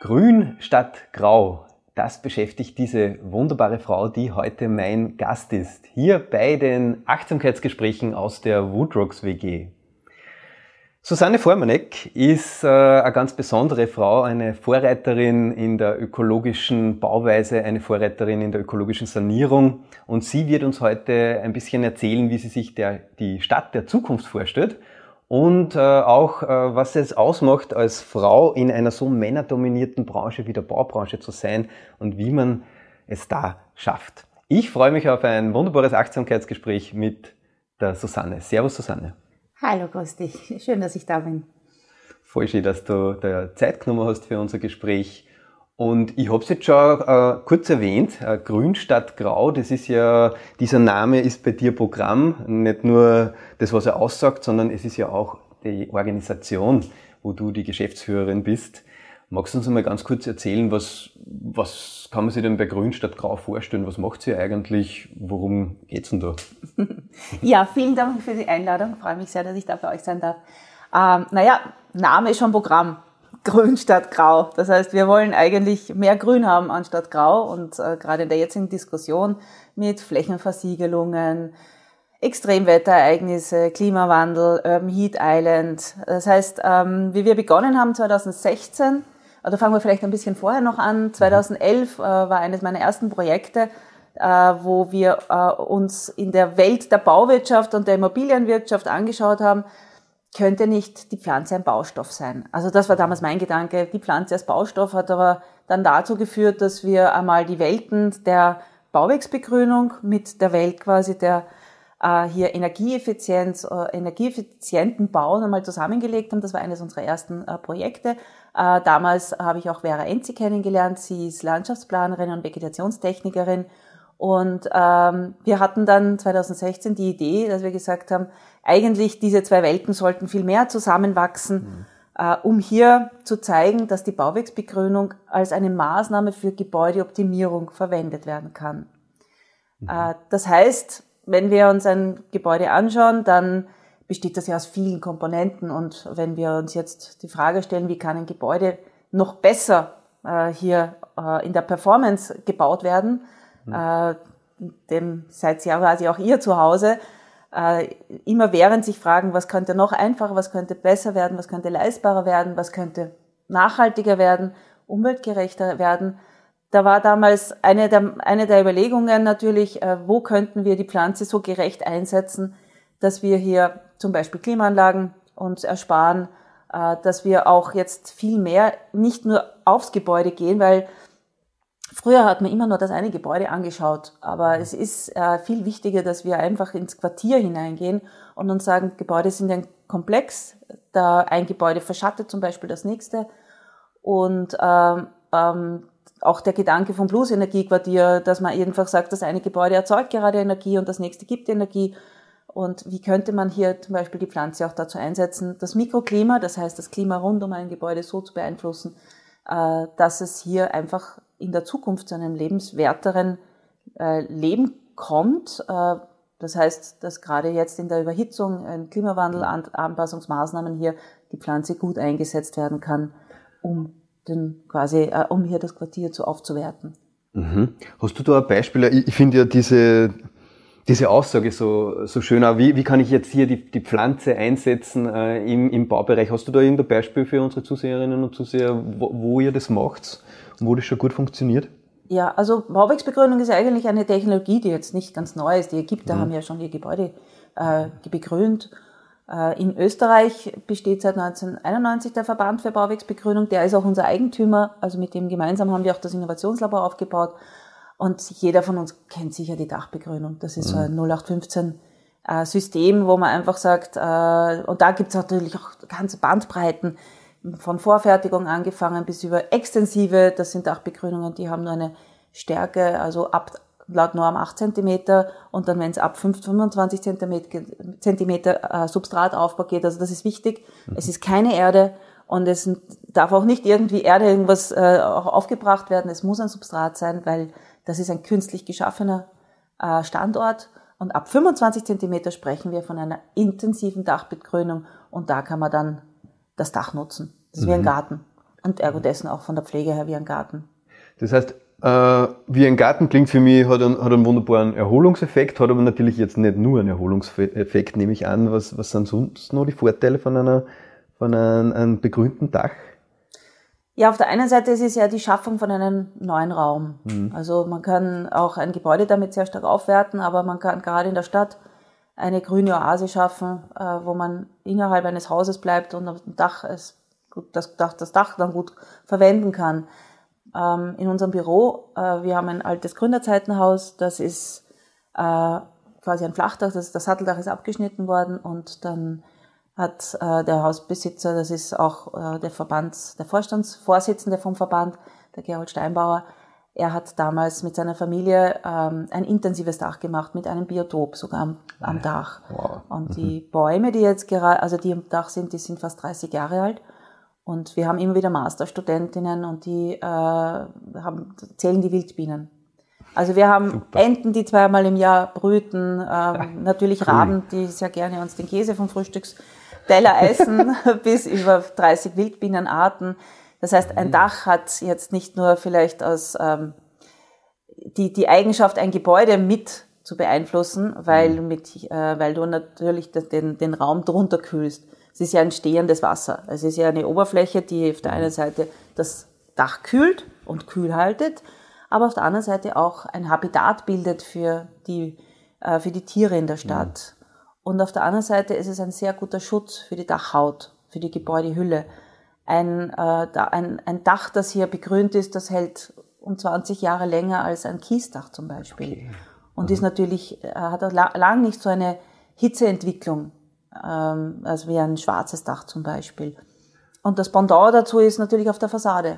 Grün statt Grau, das beschäftigt diese wunderbare Frau, die heute mein Gast ist, hier bei den Achtsamkeitsgesprächen aus der Woodrocks WG. Susanne Formanek ist eine ganz besondere Frau, eine Vorreiterin in der ökologischen Bauweise, eine Vorreiterin in der ökologischen Sanierung, und sie wird uns heute ein bisschen erzählen, wie sie sich die Stadt der Zukunft vorstellt und auch, was es ausmacht, als Frau in einer so männerdominierten Branche wie der Baubranche zu sein und wie man es da schafft. Ich freue mich auf ein wunderbares Achtsamkeitsgespräch mit der Susanne. Servus, Susanne. Hallo, grüß dich. Schön, dass ich da bin. Voll schön, dass du da Zeit genommen hast für unser Gespräch. Und ich habe es jetzt schon kurz erwähnt, Grün statt Grau, das ist ja, dieser Name ist bei dir Programm, nicht nur das, was er aussagt, sondern es ist ja auch die Organisation, wo du die Geschäftsführerin bist. Magst du uns einmal ganz kurz erzählen, was kann man sich denn bei Grün statt Grau vorstellen? Was macht sie eigentlich? Worum geht's denn da? Ja, vielen Dank für die Einladung. Ich freue mich sehr, dass ich da bei euch sein darf. Name ist schon Programm. Grün statt Grau. Das heißt, wir wollen eigentlich mehr Grün haben anstatt Grau, und gerade in der jetzigen Diskussion mit Flächenversiegelungen, Extremwetterereignisse, Klimawandel, Urban Heat Island. Das heißt, wie wir begonnen haben 2016, oder fangen wir vielleicht ein bisschen vorher noch an, 2011 war eines meiner ersten Projekte, wo wir uns in der Welt der Bauwirtschaft und der Immobilienwirtschaft angeschaut haben, könnte nicht die Pflanze ein Baustoff sein. Also das war damals mein Gedanke. Die Pflanze als Baustoff hat aber dann dazu geführt, dass wir einmal die Welten der Bauwerksbegrünung mit der Welt quasi der hier energieeffizienten Bauen einmal zusammengelegt haben. Das war eines unserer ersten Projekte. Damals habe ich auch Vera Enzi kennengelernt. Sie ist Landschaftsplanerin und Vegetationstechnikerin. Und wir hatten dann 2016 die Idee, dass wir gesagt haben, eigentlich diese zwei Welten sollten viel mehr zusammenwachsen, um hier zu zeigen, dass die Bauwerksbegrünung als eine Maßnahme für Gebäudeoptimierung verwendet werden kann. Das heißt, wenn wir uns ein Gebäude anschauen, dann besteht das ja aus vielen Komponenten. Und wenn wir uns jetzt die Frage stellen, wie kann ein Gebäude noch besser hier in der Performance gebaut werden, dem seid ja quasi auch ihr zu Hause, immer während sich fragen, was könnte noch einfacher, was könnte besser werden, was könnte leistbarer werden, was könnte nachhaltiger werden, umweltgerechter werden. Da war damals eine der Überlegungen natürlich, wo könnten wir die Pflanze so gerecht einsetzen, dass wir hier zum Beispiel Klimaanlagen uns ersparen, dass wir auch jetzt viel mehr nicht nur aufs Gebäude gehen, weil früher hat man immer nur das eine Gebäude angeschaut, aber es ist viel wichtiger, dass wir einfach ins Quartier hineingehen und uns sagen, Gebäude sind ein Komplex, da ein Gebäude verschattet zum Beispiel das nächste, und auch der Gedanke vom Plus-Energiequartier, dass man einfach sagt, das eine Gebäude erzeugt gerade Energie und das nächste gibt Energie. Und wie könnte man hier zum Beispiel die Pflanze auch dazu einsetzen, das Mikroklima, das heißt das Klima rund um ein Gebäude so zu beeinflussen, dass es hier einfach in der Zukunft zu einem lebenswerteren Leben kommt. Das heißt, dass gerade jetzt in der Überhitzung, Klimawandel, Anpassungsmaßnahmen hier die Pflanze gut eingesetzt werden kann, um hier das Quartier aufzuwerten. Mhm. Hast du da ein Beispiel? Ich finde ja diese Aussage so schön. Auch wie kann ich jetzt hier die Pflanze einsetzen im Baubereich? Hast du da irgendein Beispiel für unsere Zuseherinnen und Zuseher, wo ihr das macht und wo das schon gut funktioniert? Ja, also Bauwerksbegrünung ist eigentlich eine Technologie, die jetzt nicht ganz neu ist. Die Ägypter haben ja schon ihr Gebäude begrünt. In Österreich besteht seit 1991 der Verband für Bauwerksbegrünung. Der ist auch unser Eigentümer. Also mit dem gemeinsam haben wir auch das Innovationslabor aufgebaut. Und jeder von uns kennt sicher die Dachbegrünung. Das ist so ein 0815 System, wo man einfach sagt, und da gibt es natürlich auch ganze Bandbreiten, von Vorfertigung angefangen bis über extensive. Das sind Dachbegrünungen, die haben nur eine Stärke, also ab laut Norm 8 Zentimeter, und dann, wenn es ab 25 Zentimeter Substrataufbau geht, also das ist wichtig. Es ist keine Erde und es darf auch nicht irgendwie irgendwas aufgebracht werden. Es muss ein Substrat sein, weil das ist ein künstlich geschaffener Standort. Und ab 25 Zentimeter sprechen wir von einer intensiven Dachbegrünung, und da kann man dann das Dach nutzen. Das ist wie ein Garten. Und ergo dessen auch von der Pflege her wie ein Garten. Das heißt, wie ein Garten klingt für mich, hat einen wunderbaren Erholungseffekt, hat aber natürlich jetzt nicht nur einen Erholungseffekt, nehme ich an. Was sind sonst noch die Vorteile von einem begrünten Dach? Ja, auf der einen Seite ist es ja die Schaffung von einem neuen Raum. Also man kann auch ein Gebäude damit sehr stark aufwerten, aber man kann gerade in der Stadt eine grüne Oase schaffen, wo man innerhalb eines Hauses bleibt und auf dem Dach das Dach dann gut verwenden kann. In unserem Büro, wir haben ein altes Gründerzeitenhaus, das ist quasi ein Flachdach, das Satteldach ist abgeschnitten worden und dann hat der Hausbesitzer, das ist auch der Vorstandsvorsitzende vom Verband, der Gerold Steinbauer, er hat damals mit seiner Familie ein intensives Dach gemacht, mit einem Biotop sogar am Dach. Wow. Und die Bäume, die jetzt gerade, also die am Dach sind, die sind fast 30 Jahre alt. Und wir haben immer wieder Masterstudentinnen und die zählen die Wildbienen. Also wir haben Super. Enten, die 2-mal im Jahr brüten, natürlich cool. Raben, die sehr gerne uns den Käse vom Frühstücksteller essen, bis über 30 Wildbienenarten. Das heißt, ein Dach hat jetzt nicht nur vielleicht die Eigenschaft, ein Gebäude mit zu beeinflussen, weil du natürlich den Raum drunter kühlst. Es ist ja ein stehendes Wasser. Es ist ja eine Oberfläche, die auf der einen Seite das Dach kühlt und kühl haltet, aber auf der anderen Seite auch ein Habitat bildet für die Tiere in der Stadt. Und auf der anderen Seite ist es ein sehr guter Schutz für die Dachhaut, für die Gebäudehülle. Ein Dach, das hier begrünt ist, das hält um 20 Jahre länger als ein Kiesdach zum Beispiel. Okay. Und ist natürlich, hat lang nicht so eine Hitzeentwicklung, also wie ein schwarzes Dach zum Beispiel. Und das Pendant dazu ist natürlich auf der Fassade,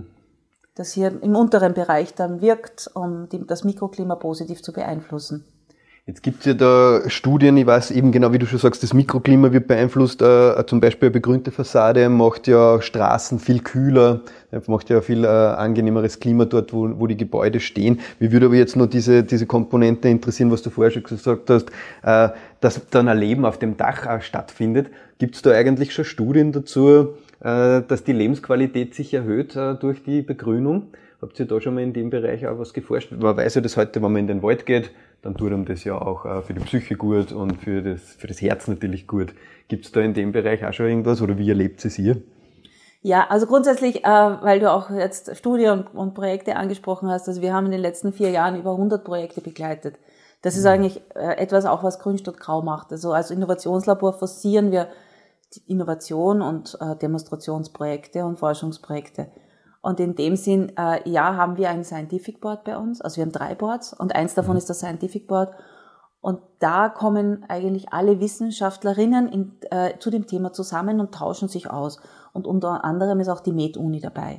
das hier im unteren Bereich dann wirkt, um das Mikroklima positiv zu beeinflussen. Jetzt gibt's ja da Studien, ich weiß eben genau, wie du schon sagst, das Mikroklima wird beeinflusst, zum Beispiel eine begrünte Fassade macht ja Straßen viel kühler, macht ja viel angenehmeres Klima dort, wo die Gebäude stehen. Mich würde aber jetzt nur diese Komponente interessieren, was du vorher schon gesagt hast, dass dann ein Leben auf dem Dach auch stattfindet. Gibt's da eigentlich schon Studien dazu, dass die Lebensqualität sich erhöht durch die Begrünung? Habt ihr da schon mal in dem Bereich auch was geforscht? Man weiß ja das heute, wenn man in den Wald geht, dann tut einem das ja auch für die Psyche gut und für das Herz natürlich gut. Gibt es da in dem Bereich auch schon irgendwas oder wie erlebt es ihr? Ja, also grundsätzlich, weil du auch jetzt Studien und Projekte angesprochen hast, also wir haben in den letzten 4 Jahren über 100 Projekte begleitet. Das ist eigentlich etwas auch, was Grün statt Grau macht. Also als Innovationslabor forcieren wir die Innovation und Demonstrationsprojekte und Forschungsprojekte. Und in dem Sinn, haben wir ein Scientific Board bei uns. Also wir haben 3 Boards und eins davon ist das Scientific Board. Und da kommen eigentlich alle Wissenschaftlerinnen zu dem Thema zusammen und tauschen sich aus. Und unter anderem ist auch die Med-Uni dabei.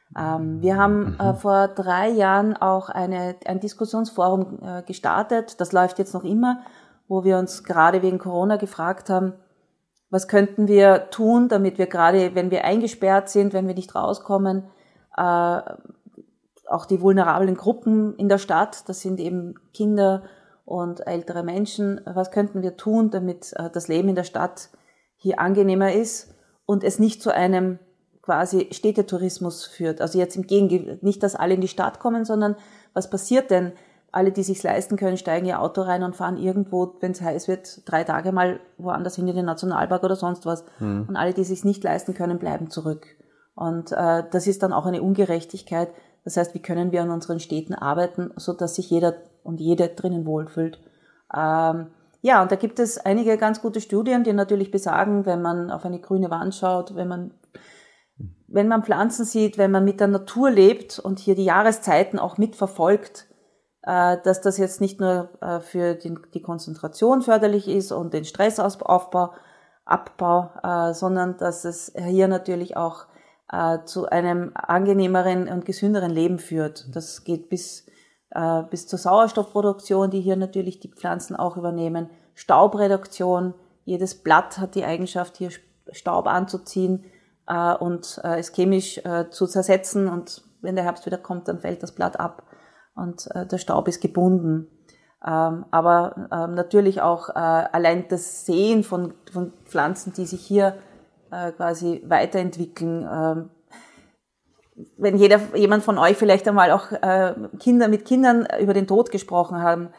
Wir haben vor 3 Jahren auch ein Diskussionsforum gestartet. Das läuft jetzt noch immer, wo wir uns gerade wegen Corona gefragt haben, was könnten wir tun, damit wir gerade, wenn wir eingesperrt sind, wenn wir nicht rauskommen, auch die vulnerablen Gruppen in der Stadt, das sind eben Kinder und ältere Menschen, was könnten wir tun, damit das Leben in der Stadt hier angenehmer ist und es nicht zu einem quasi Städtetourismus führt. Also jetzt im Gegenteil, nicht, dass alle in die Stadt kommen, sondern was passiert denn? Alle, die sich's leisten können, steigen ihr Auto rein und fahren irgendwo, wenn es heiß wird, 3 Tage mal woanders hin in den Nationalpark oder sonst was. Und alle, die sich's nicht leisten können, bleiben zurück. Und das ist dann auch eine Ungerechtigkeit. Das heißt, wie können wir an unseren Städten arbeiten, so dass sich jeder und jede drinnen wohlfühlt. Und da gibt es einige ganz gute Studien, die natürlich besagen, wenn man auf eine grüne Wand schaut, wenn man Pflanzen sieht, wenn man mit der Natur lebt und hier die Jahreszeiten auch mitverfolgt, dass das jetzt nicht nur für die Konzentration förderlich ist und den Stressabbau, sondern dass es hier natürlich auch zu einem angenehmeren und gesünderen Leben führt. Das geht bis zur Sauerstoffproduktion, die hier natürlich die Pflanzen auch übernehmen. Staubreduktion. Jedes Blatt hat die Eigenschaft, hier Staub anzuziehen und es chemisch zu zersetzen. Und wenn der Herbst wieder kommt, dann fällt das Blatt ab und der Staub ist gebunden. Aber natürlich auch allein das Sehen von Pflanzen, die sich hier quasi weiterentwickeln, wenn jemand von euch vielleicht einmal auch mit Kindern über den Tod gesprochen haben.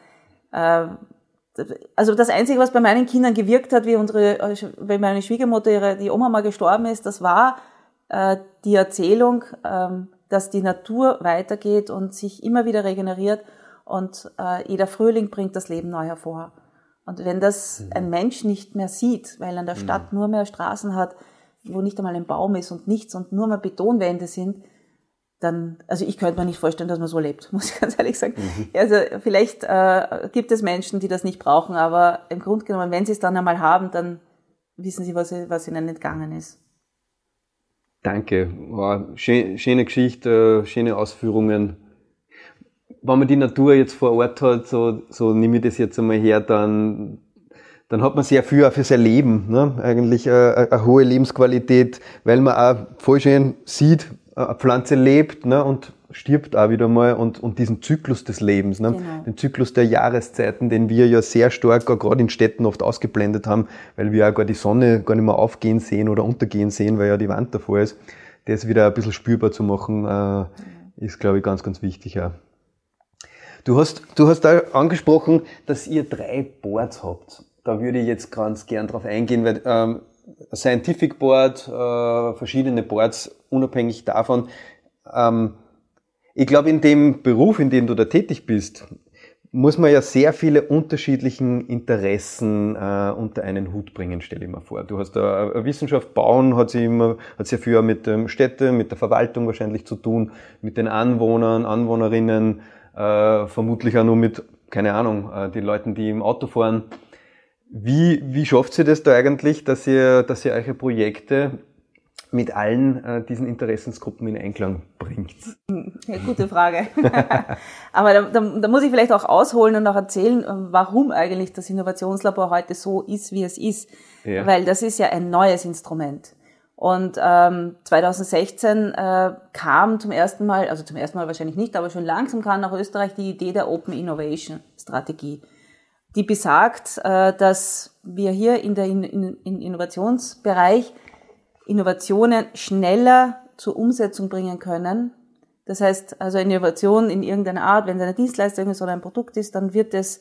Also das Einzige, was bei meinen Kindern gewirkt hat, wenn meine Schwiegermutter, die Oma mal gestorben ist, das war die Erzählung, dass die Natur weitergeht und sich immer wieder regeneriert und jeder Frühling bringt das Leben neu hervor. Und wenn das ein Mensch nicht mehr sieht, weil er in der Stadt nur mehr Straßen hat, wo nicht einmal ein Baum ist und nichts und nur mehr Betonwände sind, dann, also ich könnte mir nicht vorstellen, dass man so lebt, muss ich ganz ehrlich sagen. Also vielleicht gibt es Menschen, die das nicht brauchen, aber im Grunde genommen, wenn sie es dann einmal haben, dann wissen sie, was ihnen entgangen ist. Danke, wow, schöne Geschichte, schöne Ausführungen. Wenn man die Natur jetzt vor Ort hat, so nehme ich das jetzt einmal her, dann hat man sehr viel auch für sein Leben, ne? Eigentlich eine hohe Lebensqualität, weil man auch voll schön sieht, eine Pflanze lebt, ne? Und stirbt auch wieder mal und diesen Zyklus des Lebens, ne? Genau. Den Zyklus der Jahreszeiten, den wir ja sehr stark, gerade in Städten oft ausgeblendet haben, weil wir auch gar die Sonne gar nicht mehr aufgehen sehen oder untergehen sehen, weil ja die Wand davor ist. Das wieder ein bisschen spürbar zu machen, ist, glaube ich, ganz, ganz wichtig auch. Du hast da angesprochen, dass ihr 3 Boards habt. Da würde ich jetzt ganz gern drauf eingehen, weil Scientific Board, verschiedene Boards, unabhängig davon. Ich glaube, in dem Beruf, in dem du da tätig bist, muss man ja sehr viele unterschiedlichen Interessen unter einen Hut bringen, stelle ich mir vor. Du hast da eine Wissenschaft bauen, hat sehr viel mit Städte, mit der Verwaltung wahrscheinlich zu tun, mit den Anwohnern, Anwohnerinnen, vermutlich auch nur mit, keine Ahnung, die Leuten, die im Auto fahren. Wie schafft ihr das da eigentlich, dass ihr eure Projekte mit allen diesen Interessensgruppen in Einklang bringt? Ja, gute Frage. Aber da muss ich vielleicht auch ausholen und auch erzählen, warum eigentlich das Innovationslabor heute so ist, wie es ist. Ja. Weil das ist ja ein neues Instrument. Und 2016 kam zum ersten Mal wahrscheinlich nicht, aber schon langsam kam nach Österreich die Idee der Open Innovation Strategie, die besagt, dass wir hier im Innovationsbereich Innovationen schneller zur Umsetzung bringen können. Das heißt, also eine Innovation in irgendeiner Art, wenn es eine Dienstleistung ist oder ein Produkt ist, dann wird es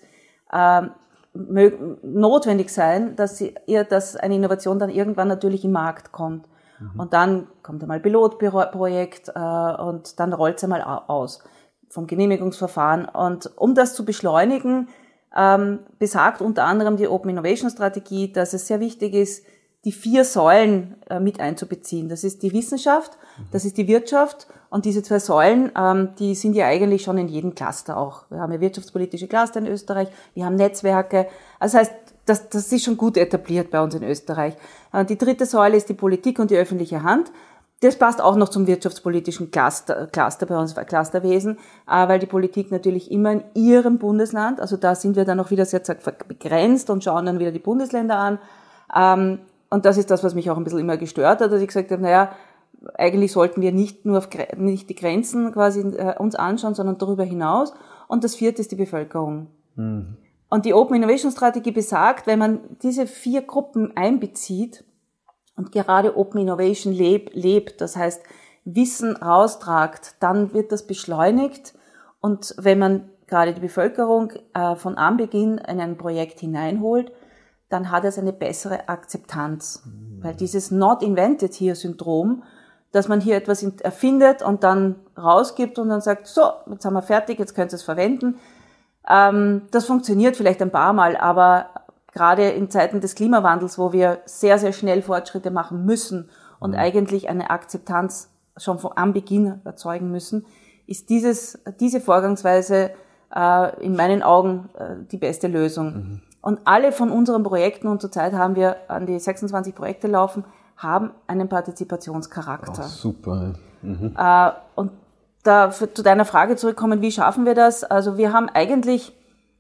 notwendig sein, dass eine Innovation dann irgendwann natürlich im Markt kommt. Und dann kommt einmal Pilotprojekt und dann rollt es einmal aus vom Genehmigungsverfahren. Und um das zu beschleunigen, besagt unter anderem die Open Innovation Strategie, dass es sehr wichtig ist, die 4 Säulen mit einzubeziehen. Das ist die Wissenschaft, das ist die Wirtschaft und diese 2 Säulen, die sind ja eigentlich schon in jedem Cluster auch. Wir haben ja wirtschaftspolitische Cluster in Österreich, wir haben Netzwerke. Also das heißt, das ist schon gut etabliert bei uns in Österreich. Die 3. Säule ist die Politik und die öffentliche Hand. Das passt auch noch zum wirtschaftspolitischen Cluster bei uns, Clusterwesen, weil die Politik natürlich immer in ihrem Bundesland, also da sind wir dann auch wieder sehr begrenzt und schauen dann wieder die Bundesländer an. Und das ist das, was mich auch ein bisschen immer gestört hat, dass ich gesagt habe, eigentlich sollten wir nicht die Grenzen quasi uns anschauen, sondern darüber hinaus. Und das 4. ist die Bevölkerung. Und die Open Innovation Strategie besagt, wenn man diese 4 Gruppen einbezieht und gerade Open Innovation lebt, das heißt Wissen raustragt, dann wird das beschleunigt. Und wenn man gerade die Bevölkerung von Anbeginn in ein Projekt hineinholt, dann hat es eine bessere Akzeptanz. Weil dieses Not Invented Here Syndrom, dass man hier etwas erfindet und dann rausgibt und dann sagt, so, jetzt haben wir fertig, jetzt könnt ihr es verwenden. Das funktioniert vielleicht ein paar Mal, aber gerade in Zeiten des Klimawandels, wo wir sehr, sehr schnell Fortschritte machen müssen und eigentlich eine Akzeptanz schon von Anbeginn erzeugen müssen, ist diese Vorgangsweise in meinen Augen die beste Lösung. Und alle von unseren Projekten, und zurzeit haben wir an die 26 Projekte laufen, haben einen Partizipationscharakter. Oh, super. Und zu deiner Frage zurückkommen, wie schaffen wir das? Also wir haben eigentlich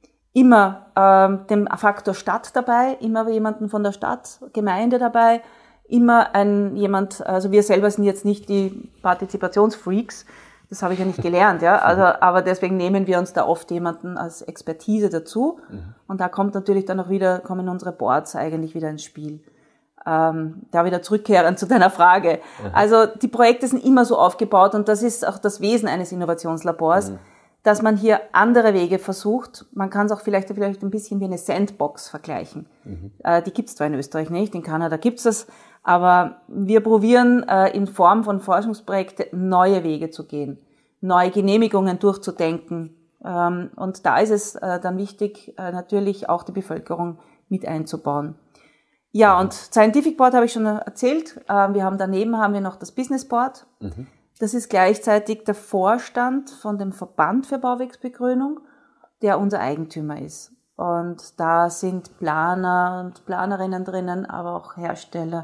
immer den Faktor Stadt dabei, immer jemanden von der Stadt, Gemeinde dabei, immer also wir selber sind jetzt nicht die Partizipationsfreaks, das habe ich ja nicht gelernt, ja. Also, aber deswegen nehmen wir uns da oft jemanden als Expertise dazu. Und da kommen natürlich dann auch kommen unsere Boards eigentlich wieder ins Spiel. da wieder zurückkehren zu deiner Frage. Also die Projekte sind immer so aufgebaut und das ist auch das Wesen eines Innovationslabors, dass man hier andere Wege versucht. Man kann es auch vielleicht ein bisschen wie eine Sandbox vergleichen. Die gibt es zwar in Österreich nicht, in Kanada gibt es das, aber wir probieren in Form von Forschungsprojekten neue Wege zu gehen, neue Genehmigungen durchzudenken. Und da ist es dann wichtig, natürlich auch die Bevölkerung mit einzubauen. Ja, und Scientific Board habe ich schon erzählt. Daneben haben wir noch das Business Board. Das ist gleichzeitig der Vorstand von dem Verband für Bauwerksbegrünung, der unser Eigentümer ist. Und da sind Planer und Planerinnen drinnen, aber auch Hersteller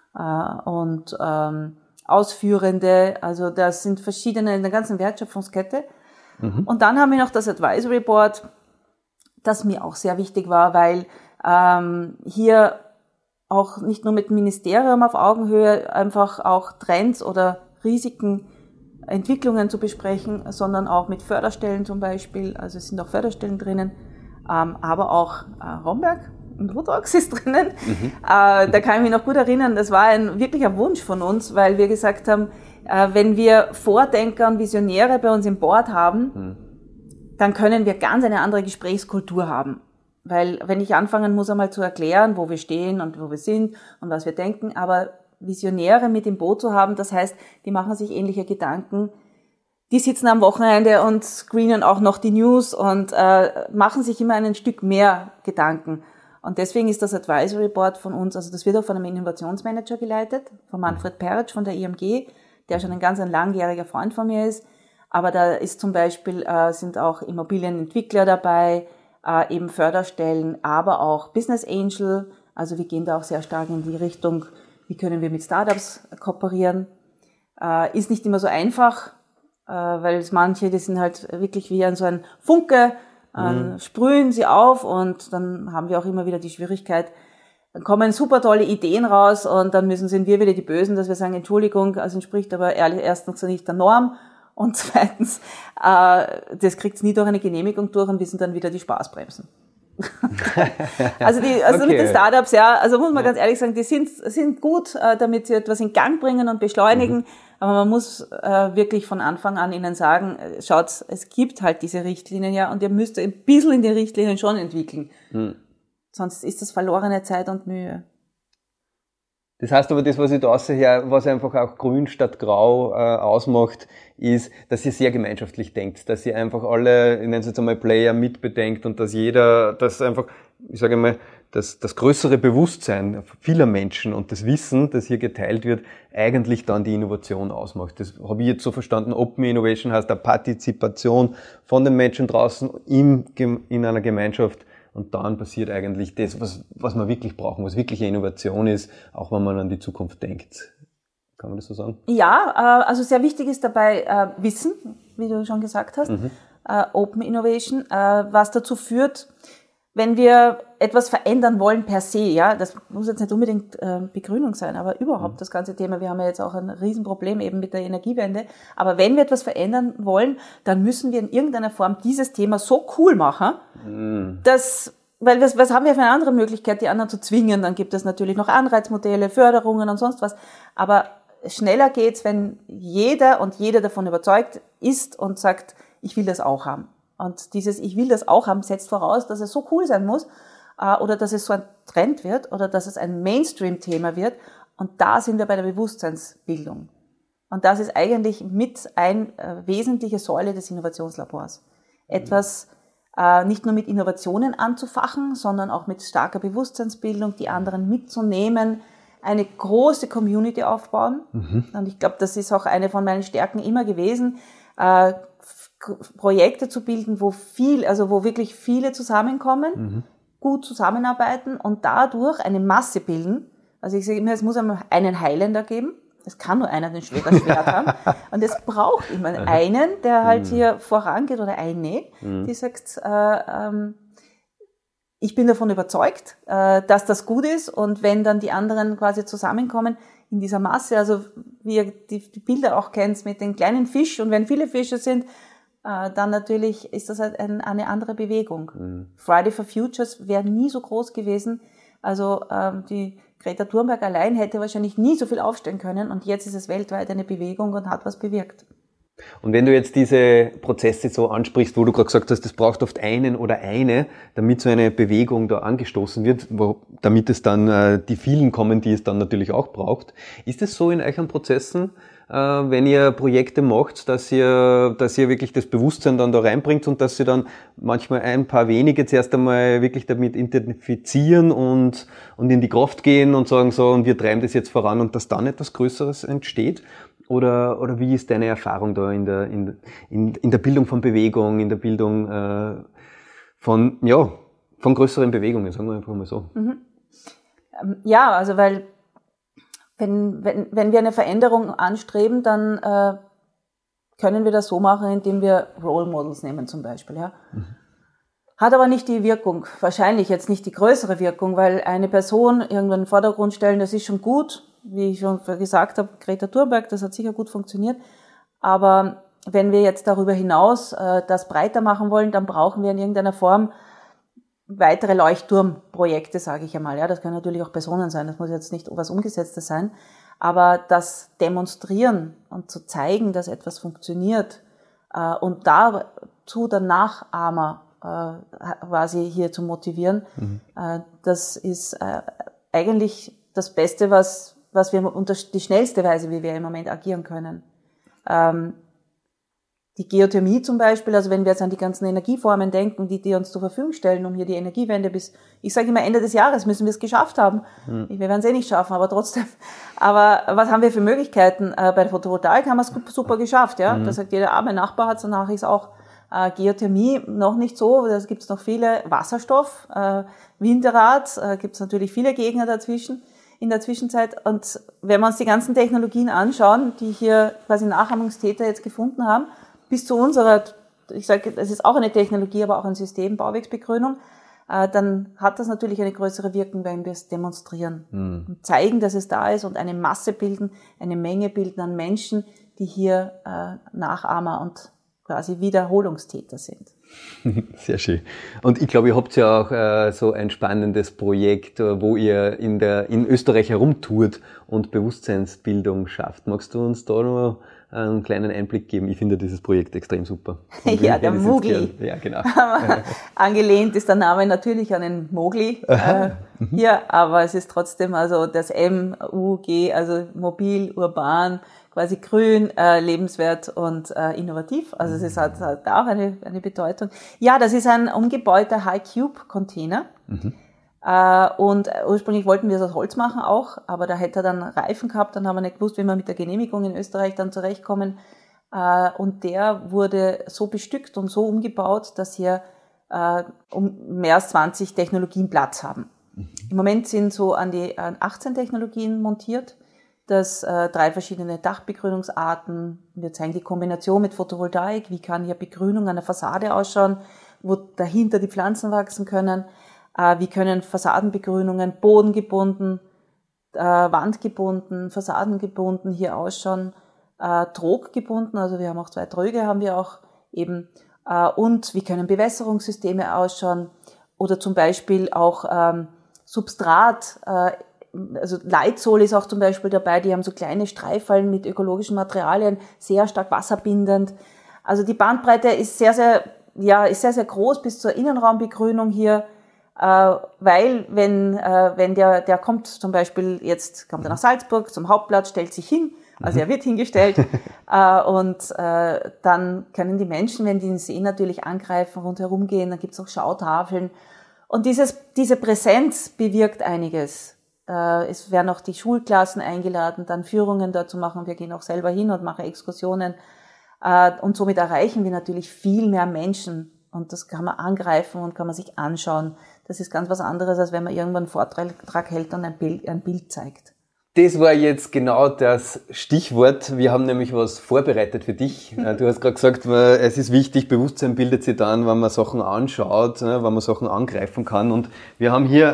und Ausführende. Also das sind verschiedene in der ganzen Wertschöpfungskette. Und dann haben wir noch das Advisory Board, das mir auch sehr wichtig war, weil hier auch nicht nur mit dem Ministerium auf Augenhöhe einfach auch Trends oder Risiken, Entwicklungen zu besprechen, sondern auch mit Förderstellen zum Beispiel. Also es sind auch Förderstellen drinnen, aber auch Romberg und Woodrocks ist drinnen. Da kann ich mich noch gut erinnern, das war ein wirklicher Wunsch von uns, weil wir gesagt haben, wenn wir Vordenker und Visionäre bei uns im Board haben, dann können wir ganz eine andere Gesprächskultur haben. Weil wenn ich anfangen muss, einmal zu erklären, wo wir stehen und wo wir sind und was wir denken, aber Visionäre mit im Boot zu haben, das heißt, die machen sich ähnliche Gedanken, die sitzen am Wochenende und screenen auch noch die News und machen sich immer ein Stück mehr Gedanken. Und deswegen ist das Advisory Board von uns, also das wird auch von einem Innovationsmanager geleitet, von Manfred Peretsch von der IMG, der schon ein langjähriger Freund von mir ist. Aber da ist zum Beispiel, sind auch Immobilienentwickler dabei, eben Förderstellen, aber auch Business Angel. Also wir gehen da auch sehr stark in die Richtung, wie können wir mit Startups kooperieren. Ist nicht immer so einfach, weil manche, die sind halt wirklich wie so ein Funke, sprühen sie auf und dann haben wir auch immer wieder die Schwierigkeit, dann kommen super tolle Ideen raus und dann sind wir wieder die Bösen, dass wir sagen, Entschuldigung, also entspricht aber erstens nicht der Norm und zweitens, das kriegt nie durch eine Genehmigung durch und wir sind dann wieder die Spaßbremsen. Also okay. Mit den Startups, ja, also muss man ganz ehrlich sagen, die sind gut, damit sie etwas in Gang bringen und beschleunigen, aber man muss wirklich von Anfang an ihnen sagen, schaut, es gibt halt diese Richtlinien ja und ihr müsst ein bisschen in die Richtlinien schon entwickeln. Sonst ist das verlorene Zeit und Mühe. Das heißt aber, das, was ich da rausher, was einfach auch grün statt grau ausmacht, ist, dass ihr sehr gemeinschaftlich denkt, dass ihr einfach alle, ich nenne es jetzt einmal Player, mitbedenkt und dass jeder, dass einfach, ich sage mal, das größere Bewusstsein vieler Menschen und das Wissen, das hier geteilt wird, eigentlich dann die Innovation ausmacht. Das habe ich jetzt so verstanden, Open Innovation heißt eine Partizipation von den Menschen draußen in einer Gemeinschaft. Und dann passiert eigentlich das, was wir wirklich brauchen, was wirklich eine Innovation ist, auch wenn man an die Zukunft denkt. Kann man das so sagen? Ja, also sehr wichtig ist dabei Wissen, wie du schon gesagt hast, Open Innovation, was dazu führt, wenn wir etwas verändern wollen per se, ja, das muss jetzt nicht unbedingt Begrünung sein, aber überhaupt das ganze Thema, wir haben ja jetzt auch ein Riesenproblem eben mit der Energiewende, aber wenn wir etwas verändern wollen, dann müssen wir in irgendeiner Form dieses Thema so cool machen, dass, weil was haben wir für eine andere Möglichkeit, die anderen zu zwingen, dann gibt es natürlich noch Anreizmodelle, Förderungen und sonst was, aber schneller geht's, wenn jeder und jede davon überzeugt ist und sagt, ich will das auch haben. Und dieses Ich will das auch haben setzt voraus, dass es so cool sein muss oder dass es so ein Trend wird oder dass es ein Mainstream-Thema wird. Und da sind wir bei der Bewusstseinsbildung. Und das ist eigentlich mit eine wesentliche Säule des Innovationslabors. Etwas nicht nur mit Innovationen anzufachen, sondern auch mit starker Bewusstseinsbildung, die anderen mitzunehmen, eine große Community aufbauen. Und ich glaube, das ist auch eine von meinen Stärken immer gewesen, Projekte zu bilden, wo wirklich viele zusammenkommen, gut zusammenarbeiten und dadurch eine Masse bilden. Also ich sage immer, es muss einen Highlander geben. Es kann nur einer den Schwert haben. Und es braucht immer einen, der halt hier vorangeht oder eine, die sagt, ich bin davon überzeugt, dass das gut ist. Und wenn dann die anderen quasi zusammenkommen in dieser Masse, also wie ihr die Bilder auch kennt mit den kleinen Fisch und wenn viele Fische sind, dann natürlich ist das halt eine andere Bewegung. Friday for Futures wäre nie so groß gewesen. Also die Greta Thunberg allein hätte wahrscheinlich nie so viel aufstellen können und jetzt ist es weltweit eine Bewegung und hat was bewirkt. Und wenn du jetzt diese Prozesse so ansprichst, wo du gerade gesagt hast, es braucht oft einen oder eine, damit so eine Bewegung da angestoßen wird, damit es dann die vielen kommen, die es dann natürlich auch braucht. Ist es so in euren Prozessen, wenn ihr Projekte macht, dass ihr wirklich das Bewusstsein dann da reinbringt und dass ihr dann manchmal ein paar wenige zuerst einmal wirklich damit identifizieren und in die Kraft gehen und sagen so, und wir treiben das jetzt voran und dass dann etwas Größeres entsteht? Oder wie ist deine Erfahrung da in der Bildung von Bewegung, in der Bildung von größeren Bewegungen, sagen wir einfach mal so? Ja, also weil wenn wir eine Veränderung anstreben, dann können wir das so machen, indem wir Role Models nehmen zum Beispiel. Ja. Hat aber nicht die Wirkung, wahrscheinlich jetzt nicht die größere Wirkung, weil eine Person irgendwann in den Vordergrund stellen, das ist schon gut, wie ich schon gesagt habe, Greta Thunberg, das hat sicher gut funktioniert. Aber wenn wir jetzt darüber hinaus das breiter machen wollen, dann brauchen wir in irgendeiner Form weitere Leuchtturmprojekte, sage ich einmal. Ja, das können natürlich auch Personen sein, das muss jetzt nicht was Umgesetztes sein. Aber das Demonstrieren und zu zeigen, dass etwas funktioniert und dazu dann Nachahmer quasi hier zu motivieren, das ist eigentlich das Beste, was wir die schnellste Weise, wie wir im Moment agieren können. Die Geothermie zum Beispiel, also wenn wir jetzt an die ganzen Energieformen denken, die uns zur Verfügung stellen, um hier die Energiewende ich sage immer Ende des Jahres müssen wir es geschafft haben. Wir werden es nicht schaffen, aber trotzdem. Aber was haben wir für Möglichkeiten? Bei der Photovoltaik haben wir es super geschafft, ja. Da sagt jeder, mein Nachbar hat es, danach ist auch Geothermie noch nicht so, da gibt es noch viele. Wasserstoff, Windrad, gibt es natürlich viele Gegner dazwischen. In der Zwischenzeit. Und wenn wir uns die ganzen Technologien anschauen, die hier quasi Nachahmungstäter jetzt gefunden haben, bis zu unserer, ich sage, es ist auch eine Technologie, aber auch ein System, Bauwerksbegrünung, dann hat das natürlich eine größere Wirkung, wenn wir es demonstrieren und zeigen, dass es da ist und eine Masse bilden, eine Menge bilden an Menschen, die hier Nachahmer und quasi Wiederholungstäter sind. Sehr schön. Und ich glaube, ihr habt ja auch so ein spannendes Projekt, wo ihr in Österreich herumtourt und Bewusstseinsbildung schafft. Magst du uns da noch einen kleinen Einblick geben? Ich finde dieses Projekt extrem super. Ja, der Mowgli. Ja, genau. Angelehnt ist der Name natürlich an den Mowgli hier, aber es ist trotzdem also das MUG, also mobil, urban, quasi grün, lebenswert und innovativ. Also es hat auch eine Bedeutung. Ja, das ist ein umgebauter High-Cube-Container. Und ursprünglich wollten wir es aus Holz machen auch, aber da hätte er dann Reifen gehabt, dann haben wir nicht gewusst, wie wir mit der Genehmigung in Österreich dann zurechtkommen. Und der wurde so bestückt und so umgebaut, dass hier um mehr als 20 Technologien Platz haben. Im Moment sind so an 18 Technologien montiert. Das 3 verschiedene Dachbegrünungsarten. Wir zeigen die Kombination mit Photovoltaik. Wie kann hier Begrünung an der Fassade ausschauen, wo dahinter die Pflanzen wachsen können? Wie können Fassadenbegrünungen bodengebunden, wandgebunden, fassadengebunden hier ausschauen? Troggebunden, also wir haben auch 2 Tröge, haben wir auch eben. Und wie können Bewässerungssysteme ausschauen? Oder zum Beispiel auch Substrat, also Leitsohle ist auch zum Beispiel dabei, die haben so kleine Streifallen mit ökologischen Materialien, sehr stark wasserbindend. Also die Bandbreite ist sehr, sehr groß bis zur Innenraumbegrünung hier, weil wenn der kommt zum Beispiel, jetzt kommt er nach Salzburg zum Hauptplatz, stellt sich hin, also er wird hingestellt und dann können die Menschen, wenn die ihn sehen, natürlich angreifen, rundherum gehen, dann gibt's auch Schautafeln und diese Präsenz bewirkt einiges. Es werden auch die Schulklassen eingeladen, dann Führungen dazu machen. Wir gehen auch selber hin und machen Exkursionen. Und somit erreichen wir natürlich viel mehr Menschen. Und das kann man angreifen und kann man sich anschauen. Das ist ganz was anderes, als wenn man irgendwann einen Vortrag hält und ein Bild zeigt. Das war jetzt genau das Stichwort. Wir haben nämlich was vorbereitet für dich. Du hast gerade gesagt, es ist wichtig, Bewusstsein bildet sich dann, wenn man Sachen anschaut, wenn man Sachen angreifen kann. Und wir haben hier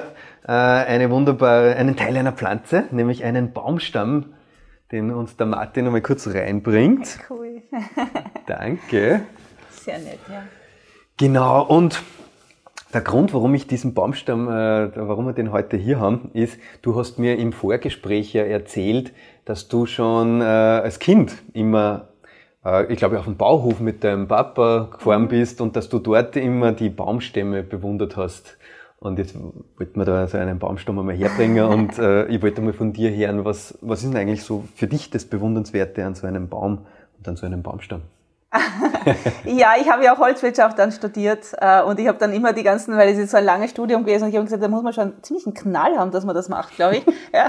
einen Teil einer Pflanze, nämlich einen Baumstamm, den uns der Martin nochmal kurz reinbringt. Cool. Danke. Sehr nett, ja. Genau, und Der Grund, warum ich diesen Baumstamm, warum wir den heute hier haben, ist, du hast mir im Vorgespräch ja erzählt, dass du schon als Kind immer, ich glaube, auf dem Bauhof mit deinem Papa gefahren bist und dass du dort immer die Baumstämme bewundert hast. Und jetzt wollten wir da so einen Baumstamm einmal herbringen und ich wollte mal von dir hören, was ist denn eigentlich so für dich das Bewundernswerte an so einem Baum und an so einem Baumstamm? Ja, ich habe ja auch Holzwirtschaft dann studiert und ich habe dann immer die ganzen, weil es ist so ein langes Studium gewesen und ich habe gesagt, da muss man schon ziemlich einen Knall haben, dass man das macht, glaube ich. Ja,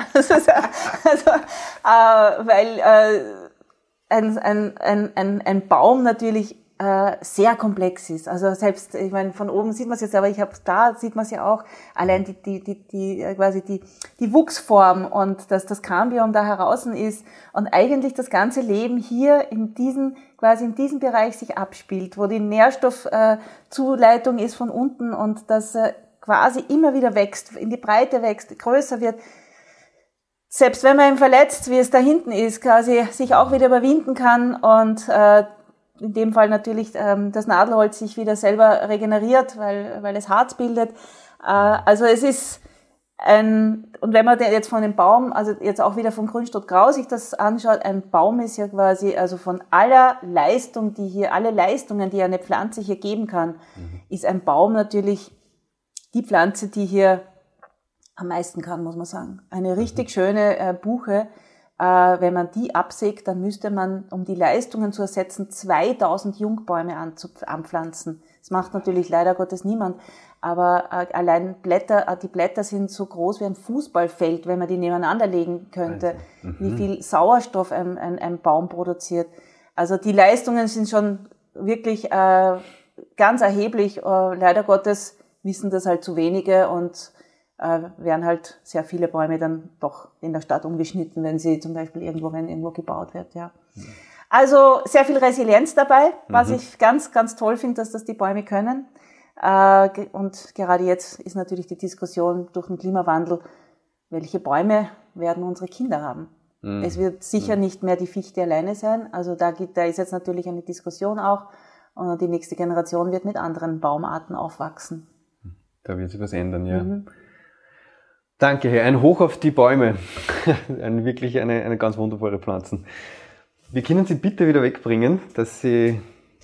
weil ein Baum natürlich sehr komplex ist. Also selbst, ich meine, von oben sieht man es jetzt, aber da sieht man es ja auch, allein die Wuchsform und dass das Cambium da heraus ist und eigentlich das ganze Leben hier in diesem Bereich sich abspielt, wo die Nährstoffzuleitung ist von unten und das quasi immer wieder wächst, in die Breite wächst, größer wird. Selbst wenn man eben verletzt, wie es da hinten ist, quasi sich auch wieder überwinden kann und in dem Fall natürlich das Nadelholz sich wieder selber regeneriert, weil es Harz bildet. Also es ist und wenn man jetzt von dem Baum, also jetzt auch wieder von Grünstadt Grau sich das anschaut, ein Baum ist ja quasi, also von aller Leistung, alle Leistungen, die eine Pflanze hier geben kann, ist ein Baum natürlich die Pflanze, die hier am meisten kann, muss man sagen. Eine richtig schöne Buche. Wenn man die absägt, dann müsste man, um die Leistungen zu ersetzen, 2000 Jungbäume anpflanzen. Das macht natürlich leider Gottes niemand. Aber allein die Blätter sind so groß wie ein Fußballfeld, wenn man die nebeneinander legen könnte. Also, wie viel Sauerstoff ein Baum produziert. Also die Leistungen sind schon wirklich ganz erheblich. Leider Gottes wissen das halt zu wenige und werden halt sehr viele Bäume dann doch in der Stadt umgeschnitten, wenn sie zum Beispiel wenn irgendwo gebaut wird, ja. Also sehr viel Resilienz dabei, was ich ganz, ganz toll finde, dass das die Bäume können. Und gerade jetzt ist natürlich die Diskussion durch den Klimawandel, welche Bäume werden unsere Kinder haben? Es wird sicher nicht mehr die Fichte alleine sein, also da ist jetzt natürlich eine Diskussion auch und die nächste Generation wird mit anderen Baumarten aufwachsen. Da wird sich was ändern, ja. Danke, Herr. Ein Hoch auf die Bäume. Wirklich eine ganz wunderbare Pflanzen. Wir können Sie bitte wieder wegbringen, dass Sie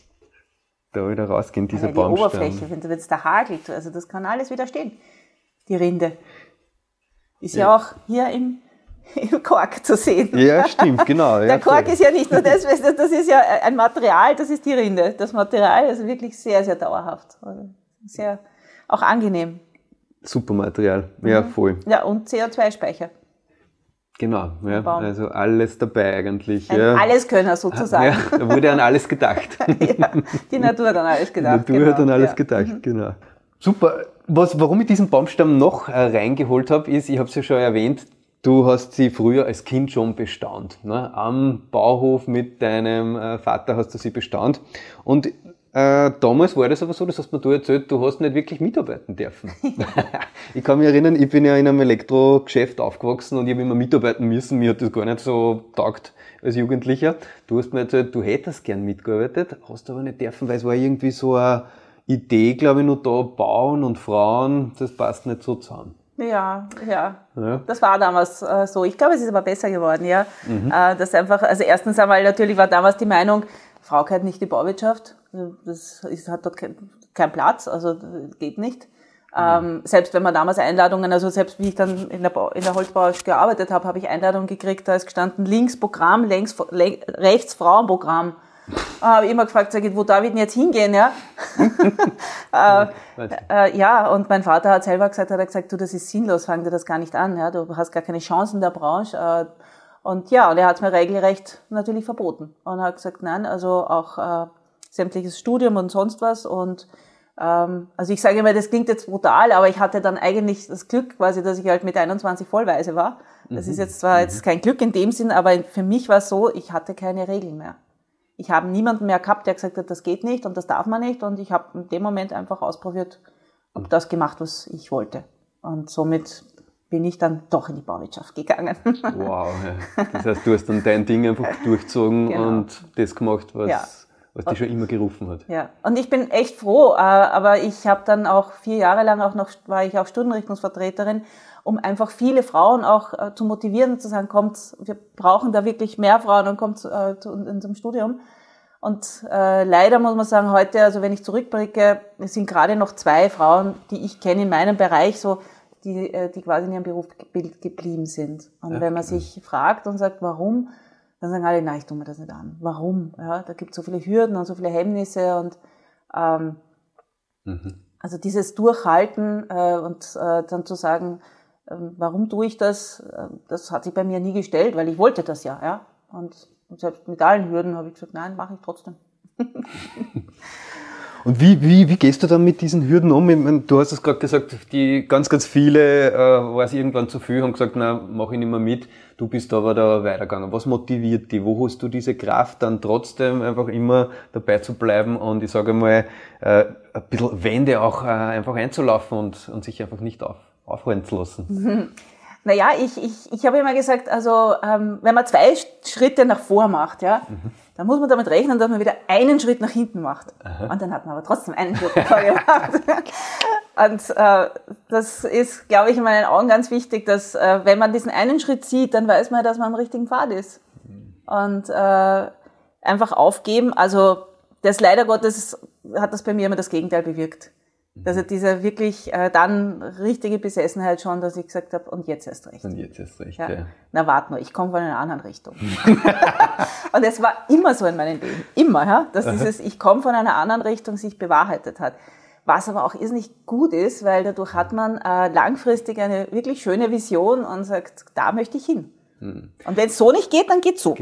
da wieder rausgehen, dieser Baumstamm. Die Oberfläche, wenn es da hagelt, also das kann alles wieder stehen. Die Rinde. Ist ja auch hier im Kork zu sehen. Ja, stimmt, genau. Der Kork ist ja nicht nur das ist ja ein Material, das ist die Rinde. Das Material ist wirklich sehr, sehr dauerhaft. Sehr auch angenehm. Super Material, ja, voll. Ja, und CO2-Speicher. Genau, ja, also alles dabei eigentlich. Ein Alleskönner sozusagen. Ja, da wurde an alles gedacht. Ja, die Natur hat an alles gedacht. Die Natur hat an alles gedacht, genau. Super. Warum ich diesen Baumstamm noch reingeholt habe, ist, ich habe es ja schon erwähnt, du hast sie früher als Kind schon bestaunt. Ne? Am Bauhof mit deinem Vater hast du sie bestaunt. Und damals war das aber so, das hast mir du erzählt, du hast nicht wirklich mitarbeiten dürfen. Ich kann mich erinnern, ich bin ja in einem Elektrogeschäft aufgewachsen und ich habe immer mitarbeiten müssen. Mir hat das gar nicht so taugt als Jugendlicher. Du hast mir erzählt, du hättest gern mitgearbeitet, hast aber nicht dürfen, weil es war irgendwie so eine Idee, glaube ich, noch da, Bauen und Frauen, das passt nicht so zusammen. Ja. Das war damals so. Ich glaube, es ist aber besser geworden, ja. Das einfach, also erstens einmal natürlich war damals die Meinung, Frau gehört nicht die Bauwirtschaft. Hat dort keinen Platz, also geht nicht. Selbst wenn man damals Einladungen, also selbst wie ich dann in der Holzbranche gearbeitet habe, habe ich Einladungen gekriegt, da ist gestanden links Programm, rechts Frauenprogramm. Habe ich immer gefragt, wo darf ich denn jetzt hingehen, ja? Ja, und mein Vater hat selber gesagt, du, das ist sinnlos, fang dir das gar nicht an, ja, du hast gar keine Chance in der Branche. Und er hat es mir regelrecht natürlich verboten und hat gesagt, nein, also auch sämtliches Studium und sonst was und also ich sage immer, das klingt jetzt brutal, aber ich hatte dann eigentlich das Glück quasi, dass ich halt mit 21 vollweise war. Das ist jetzt zwar jetzt kein Glück in dem Sinn, aber für mich war es so, ich hatte keine Regeln mehr. Ich habe niemanden mehr gehabt, der gesagt hat, das geht nicht und das darf man nicht und ich habe in dem Moment einfach ausprobiert, habe das gemacht, was ich wollte. Und somit bin ich dann doch in die Bauwirtschaft gegangen. Wow, ja. Das heißt, du hast dann dein Ding einfach durchgezogen und das gemacht, Was dich schon immer gerufen hat. Ja, und ich bin echt froh, aber ich habe dann auch 4 Jahre lang war ich auch Stundenrichtungsvertreterin, um einfach viele Frauen auch zu motivieren und zu sagen, kommt, wir brauchen da wirklich mehr Frauen und kommt zu unserem Studium. Und leider muss man sagen, heute, also wenn ich zurückblicke, es sind gerade noch 2 Frauen, die ich kenne in meinem Bereich, so die quasi in ihrem Beruf geblieben sind. Und wenn man sich fragt und sagt, warum, dann sagen alle, nein, ich tue mir das nicht an. Warum? Ja, da gibt es so viele Hürden und so viele Hemmnisse und also dieses Durchhalten und dann zu sagen, warum tue ich das? Das hat sich bei mir nie gestellt, weil ich wollte das ja. Und selbst mit allen Hürden habe ich gesagt, nein, mache ich trotzdem. Und wie gehst du dann mit diesen Hürden um? Ich meine, du hast es gerade gesagt, die ganz viele war es irgendwann zu viel, haben gesagt, nein, mache ich nicht mehr mit. Du bist aber da weitergegangen. Was motiviert dich? Wo hast du diese Kraft dann trotzdem einfach immer dabei zu bleiben und ich sage mal, ein bisschen Wände auch einfach einzulaufen und sich einfach nicht aufhalten zu lassen? Naja, ich habe immer gesagt, also wenn man 2 Schritte nach vor macht, dann muss man damit rechnen, dass man wieder einen Schritt nach hinten macht. Aha. Und dann hat man aber trotzdem einen Schritt nach vorne gemacht. Und das ist, glaube ich, in meinen Augen ganz wichtig, dass wenn man diesen einen Schritt sieht, dann weiß man, dass man am richtigen Pfad ist. Und einfach aufgeben, also das leider Gottes hat das bei mir immer das Gegenteil bewirkt. Also diese wirklich dann richtige Besessenheit schon, dass ich gesagt habe, und jetzt erst recht. Und jetzt erst recht, ja. Na warte nur, ich komme von einer anderen Richtung. Und es war immer so in meinem Leben, immer, dass dieses ich komme von einer anderen Richtung sich bewahrheitet hat. Was aber auch irrsinnig gut ist, weil dadurch hat man langfristig eine wirklich schöne Vision und sagt, da möchte ich hin. Und wenn es so nicht geht, dann geht's so.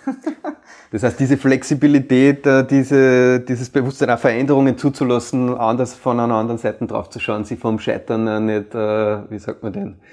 Das heißt, diese Flexibilität, dieses Bewusstsein, auch Veränderungen zuzulassen, anders von einer anderen Seite drauf zu schauen, sich vom Scheitern nicht, wie sagt man denn?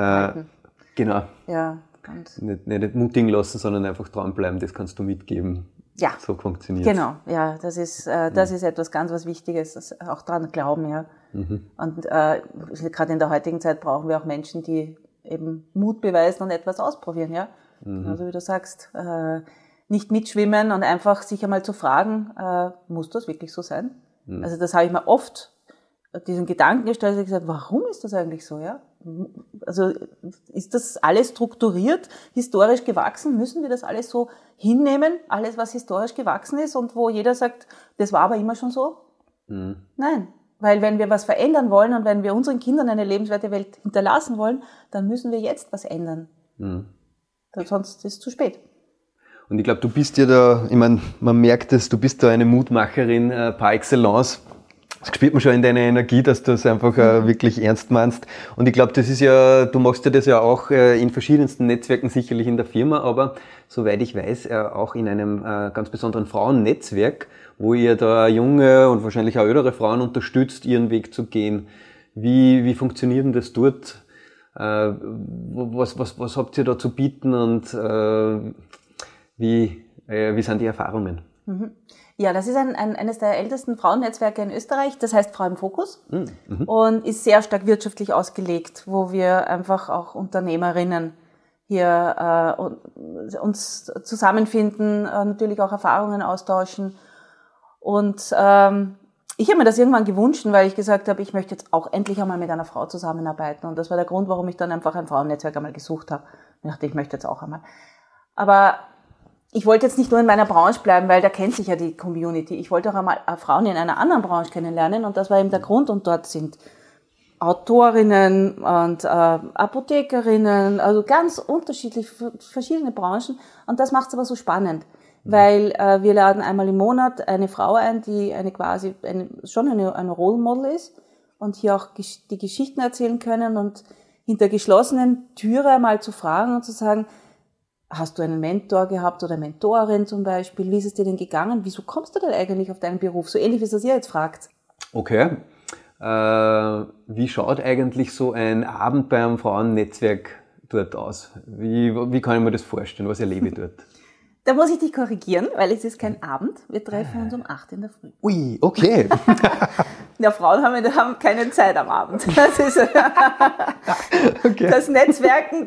Genau. Ja. Nicht mutigen lassen, sondern einfach dranbleiben, das kannst du mitgeben. Ja. So funktioniert. Genau, ja, das ist etwas ganz was Wichtiges, das auch dran glauben, ja. Und gerade in der heutigen Zeit brauchen wir auch Menschen, die eben Mut beweisen und etwas ausprobieren, ja. Also wie du sagst, nicht mitschwimmen und einfach sich einmal zu fragen, muss das wirklich so sein? Also das habe ich mir oft diesen Gedanken gestellt und gesagt, warum ist das eigentlich so, ja? Also ist das alles strukturiert, historisch gewachsen? Müssen wir das alles so hinnehmen, alles was historisch gewachsen ist und wo jeder sagt, das war aber immer schon so? Nein. Weil wenn wir was verändern wollen und wenn wir unseren Kindern eine lebenswerte Welt hinterlassen wollen, dann müssen wir jetzt was ändern. Sonst ist es zu spät. Und ich glaube, du bist ja da, ich meine, man merkt es, du bist da eine Mutmacherin par excellence. Das spürt man schon in deiner Energie, dass du es einfach wirklich ernst meinst. Und ich glaube, das ist ja, du machst ja das ja auch in verschiedensten Netzwerken, sicherlich in der Firma, aber soweit ich weiß, auch in einem ganz besonderen Frauennetzwerk, wo ihr da junge und wahrscheinlich auch ältere Frauen unterstützt, ihren Weg zu gehen. Wie funktioniert denn das dort? Was habt ihr da zu bieten und wie sind die Erfahrungen? Ja, das ist eines der ältesten Frauennetzwerke in Österreich, das heißt Frau im Fokus und ist sehr stark wirtschaftlich ausgelegt, wo wir einfach auch Unternehmerinnen hier uns zusammenfinden, natürlich auch Erfahrungen austauschen. Und ich habe mir das irgendwann gewünscht, weil ich gesagt habe, ich möchte jetzt auch endlich einmal mit einer Frau zusammenarbeiten. Und das war der Grund, warum ich dann einfach ein Frauennetzwerk einmal gesucht habe. Ich dachte, ich möchte jetzt auch einmal. Aber ich wollte jetzt nicht nur in meiner Branche bleiben, weil da kennt sich ja die Community. Ich wollte auch einmal Frauen in einer anderen Branche kennenlernen und das war eben der Grund. Und dort sind Autorinnen und Apothekerinnen, also ganz unterschiedlich, verschiedene Branchen. Und das macht es aber so spannend, weil wir laden einmal im Monat eine Frau ein, die eine Role Model ist und hier auch die Geschichten erzählen können und hinter geschlossenen Türen mal zu fragen und zu sagen, hast du einen Mentor gehabt oder Mentorin zum Beispiel? Wie ist es dir denn gegangen? Wieso kommst du denn eigentlich auf deinen Beruf? So ähnlich, wie es das ihr jetzt fragt. Okay. Wie schaut eigentlich so ein Abend bei einem Frauennetzwerk dort aus? Wie kann ich mir das vorstellen? Was erlebe ich dort? Da muss ich dich korrigieren, weil es ist kein Abend. Wir treffen uns um 8 in der Früh. Ui, okay. Ja, Frauen haben keine Zeit am Abend. Das ist, okay. Das Netzwerken,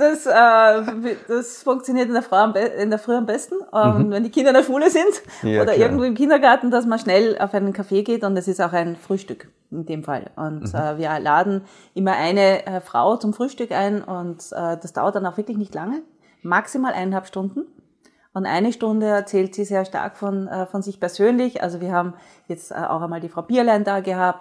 das funktioniert in der Früh am besten. Und wenn die Kinder in der Schule sind oder klar, irgendwo im Kindergarten, dass man schnell auf einen Café geht, und das ist auch ein Frühstück in dem Fall. Und wir laden immer eine Frau zum Frühstück ein, und das dauert dann auch wirklich nicht lange, maximal 1,5 Stunden. Und 1 Stunde erzählt sie sehr stark von sich persönlich. Also wir haben jetzt auch einmal die Frau Bierlein da gehabt,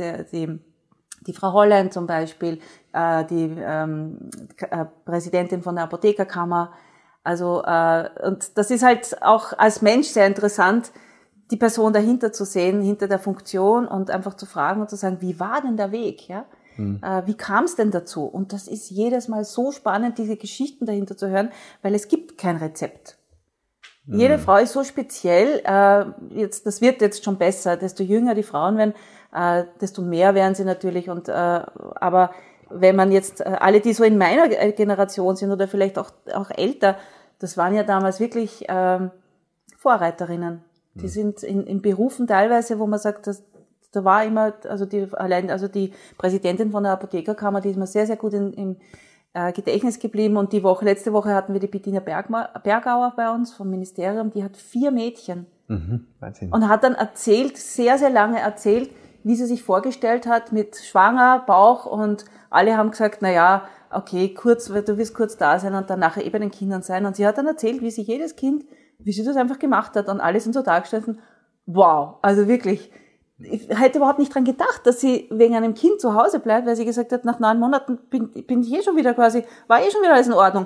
die Frau Hollein zum Beispiel, die Präsidentin von der Apothekerkammer. Also und das ist halt auch als Mensch sehr interessant, die Person dahinter zu sehen, hinter der Funktion, und einfach zu fragen und zu sagen, wie war denn der Weg, ja? Wie kam es denn dazu? Und das ist jedes Mal so spannend, diese Geschichten dahinter zu hören, weil es gibt kein Rezept. Jede Frau ist so speziell, das wird jetzt schon besser, desto jünger die Frauen werden, desto mehr werden sie natürlich, aber wenn man jetzt alle, die so in meiner Generation sind oder vielleicht auch älter, das waren ja damals wirklich Vorreiterinnen. Die sind in Berufen teilweise, wo man sagt, da war immer, also die Präsidentin von der Apothekerkammer, die ist mir sehr, sehr gut im Gedächtnis geblieben, und letzte Woche hatten wir die Bettina Bergauer bei uns vom Ministerium, die hat 4 Mädchen. Wahnsinn. Und hat dann sehr, sehr lange erzählt, wie sie sich vorgestellt hat mit schwanger, Bauch, und alle haben gesagt, na ja, okay, du wirst kurz da sein und dann nachher bei den Kindern sein. Und sie hat dann erzählt, wie sie das einfach gemacht hat, und alle sind so dargestellt, wow, also wirklich. Ich hätte überhaupt nicht dran gedacht, dass sie wegen einem Kind zu Hause bleibt, weil sie gesagt hat, nach 9 Monaten bin ich schon wieder war schon wieder alles in Ordnung.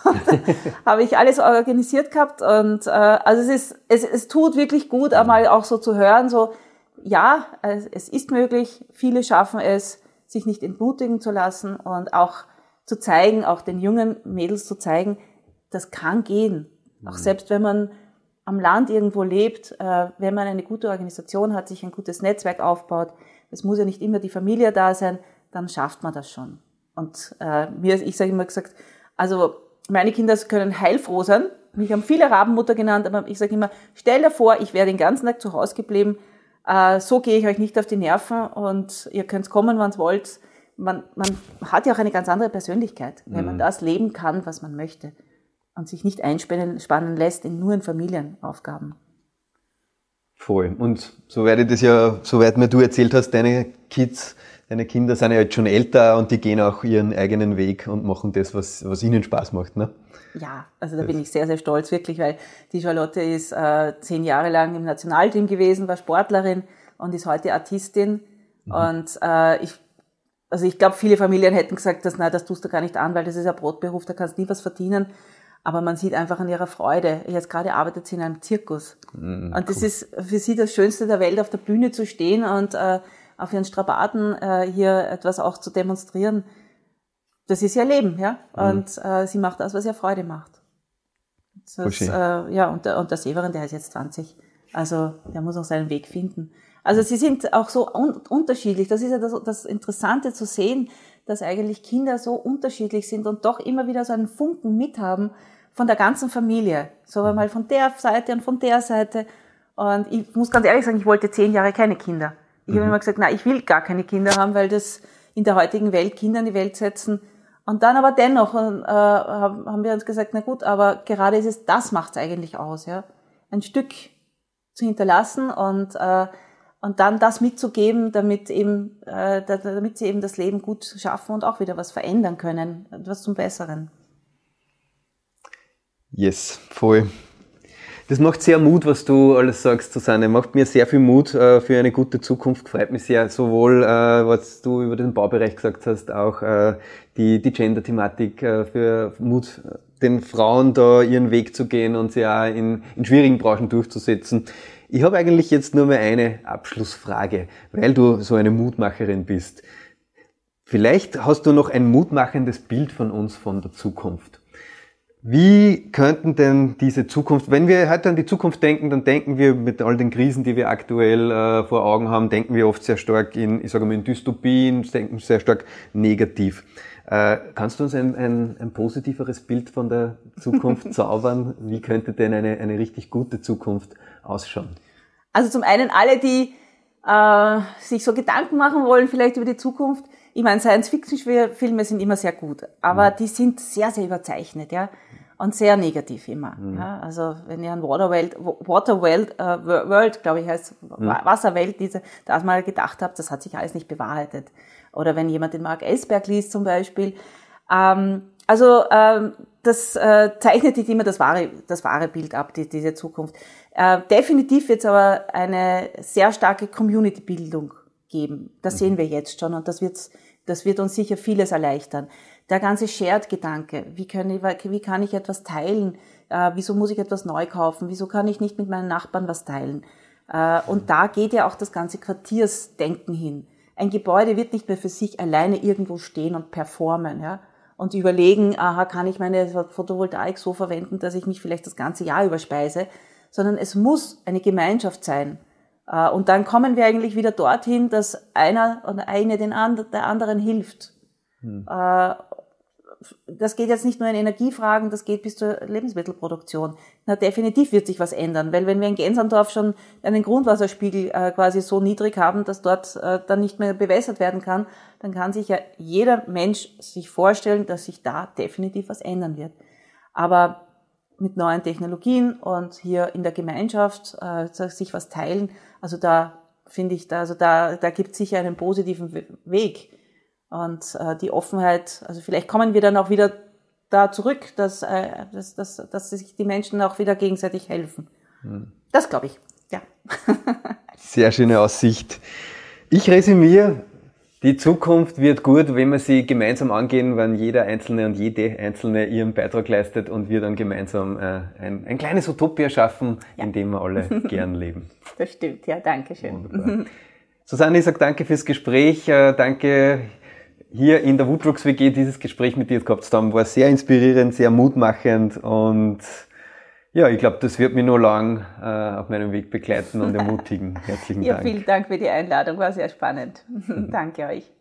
Habe ich alles organisiert gehabt, und also es tut wirklich gut, einmal auch so zu hören, so ja, es ist möglich, viele schaffen es, sich nicht entmutigen zu lassen, und auch zu zeigen, auch den jungen Mädels zu zeigen, das kann gehen. Auch selbst wenn man am Land irgendwo lebt, wenn man eine gute Organisation hat, sich ein gutes Netzwerk aufbaut, es muss ja nicht immer die Familie da sein, dann schafft man das schon. Und ich sage immer gesagt, also meine Kinder können heilfroh sein. Mich haben viele Rabenmutter genannt, aber ich sage immer, stell dir vor, ich wäre den ganzen Tag zu Hause geblieben, so gehe ich euch nicht auf die Nerven, und ihr könnt kommen, wann ihr wollt. Man hat ja auch eine ganz andere Persönlichkeit, wenn man das leben kann, was man möchte, und sich nicht einspannen lässt nur in Familienaufgaben. Voll. Und soweit mir du erzählt hast, deine Kinder sind ja jetzt schon älter, und die gehen auch ihren eigenen Weg und machen das, was ihnen Spaß macht, ne? Ja, also da bin ich sehr, sehr stolz, wirklich, weil die Charlotte ist 10 Jahre lang im Nationalteam gewesen, war Sportlerin und ist heute Artistin. Und ich glaube, viele Familien hätten gesagt, das tust du gar nicht an, weil das ist ein Brotberuf, da kannst du nie was verdienen. Aber man sieht einfach an ihrer Freude. Jetzt gerade arbeitet sie in einem Zirkus. Und das ist für sie das Schönste der Welt, auf der Bühne zu stehen und auf ihren Strapaten hier etwas auch zu demonstrieren. Das ist ihr Leben, ja. Und sie macht das, was ihr Freude macht. Und der Severin, der ist jetzt 20. Also der muss auch seinen Weg finden. Also sie sind auch so unterschiedlich. Das ist ja das Interessante zu sehen, dass eigentlich Kinder so unterschiedlich sind und doch immer wieder so einen Funken mithaben von der ganzen Familie. So einmal von der Seite und von der Seite. Und ich muss ganz ehrlich sagen, ich wollte 10 Jahre keine Kinder. Ich habe immer gesagt, ich will gar keine Kinder haben, weil das in der heutigen Welt Kinder in die Welt setzen. Und dann aber dennoch haben wir uns gesagt, na gut, aber gerade das macht's eigentlich aus, ja. Ein Stück zu hinterlassen und dann das mitzugeben, damit sie eben das Leben gut schaffen und auch wieder was verändern können, etwas zum Besseren. Yes, voll. Das macht sehr Mut, was du alles sagst, Susanne. Macht mir sehr viel Mut für eine gute Zukunft. Freut mich sehr, sowohl was du über den Baubereich gesagt hast, auch die Gender-Thematik, für Mut, den Frauen da ihren Weg zu gehen und sie auch in schwierigen Branchen durchzusetzen. Ich habe eigentlich jetzt nur mehr eine Abschlussfrage, weil du so eine Mutmacherin bist. Vielleicht hast du noch ein mutmachendes Bild von uns, von der Zukunft. Wie könnten denn diese Zukunft, wenn wir heute an die Zukunft denken, dann denken wir mit all den Krisen, die wir aktuell vor Augen haben, denken wir oft sehr stark in Dystopien, denken sehr stark negativ. Kannst du uns ein positiveres Bild von der Zukunft zaubern? Wie könnte denn eine richtig gute Zukunft ausschauen? Also zum einen alle, die sich so Gedanken machen wollen, vielleicht über die Zukunft. Ich meine, Science-Fiction-Filme sind immer sehr gut, aber die sind sehr, sehr überzeichnet, ja, und sehr negativ immer. Ja. Also wenn ihr an Waterworld, glaube ich, heißt Wasserwelt, da mal gedacht habt, das hat sich alles nicht bewahrheitet. Oder wenn jemand den Mark Ellsberg liest zum Beispiel. Das zeichnet nicht immer das wahre Bild ab, diese Zukunft. Definitiv wird es aber eine sehr starke Community-Bildung geben. Das sehen wir jetzt schon und das wird uns sicher vieles erleichtern. Der ganze Shared-Gedanke, wie kann ich etwas teilen? Wieso muss ich etwas neu kaufen? Wieso kann ich nicht mit meinen Nachbarn was teilen? Und da geht ja auch das ganze Quartiersdenken hin. Ein Gebäude wird nicht mehr für sich alleine irgendwo stehen und performen, ja? Und überlegen, kann ich meine Photovoltaik so verwenden, dass ich mich vielleicht das ganze Jahr überspeise, sondern es muss eine Gemeinschaft sein. Und dann kommen wir eigentlich wieder dorthin, dass einer oder eine der anderen hilft. Das geht jetzt nicht nur in Energiefragen, das geht bis zur Lebensmittelproduktion. Na, definitiv wird sich was ändern, weil wenn wir in Gensandorf schon einen Grundwasserspiegel quasi so niedrig haben, dass dort dann nicht mehr bewässert werden kann, dann kann sich ja jeder Mensch sich vorstellen, dass sich da definitiv was ändern wird. Aber mit neuen Technologien und hier in der Gemeinschaft sich was teilen, also da finde ich, da gibt es sicher einen positiven Weg. Und die Offenheit, also vielleicht kommen wir dann auch wieder da zurück, dass sich die Menschen auch wieder gegenseitig helfen. Das glaube ich, ja. Sehr schöne Aussicht. Ich resümiere, die Zukunft wird gut, wenn wir sie gemeinsam angehen, wenn jeder Einzelne und jede Einzelne ihren Beitrag leistet und wir dann gemeinsam ein kleines Utopia schaffen, in dem wir alle gern leben. Das stimmt, ja, danke schön. Wunderbar. Susanne, ich sage danke fürs Gespräch, danke hier in der Woodrocks WG dieses Gespräch mit dir gehabt zu haben, war sehr inspirierend, sehr mutmachend und ja, ich glaube, das wird mich noch lang auf meinem Weg begleiten und ermutigen. Herzlichen Dank. Ja, vielen Dank für die Einladung, war sehr spannend. Danke euch.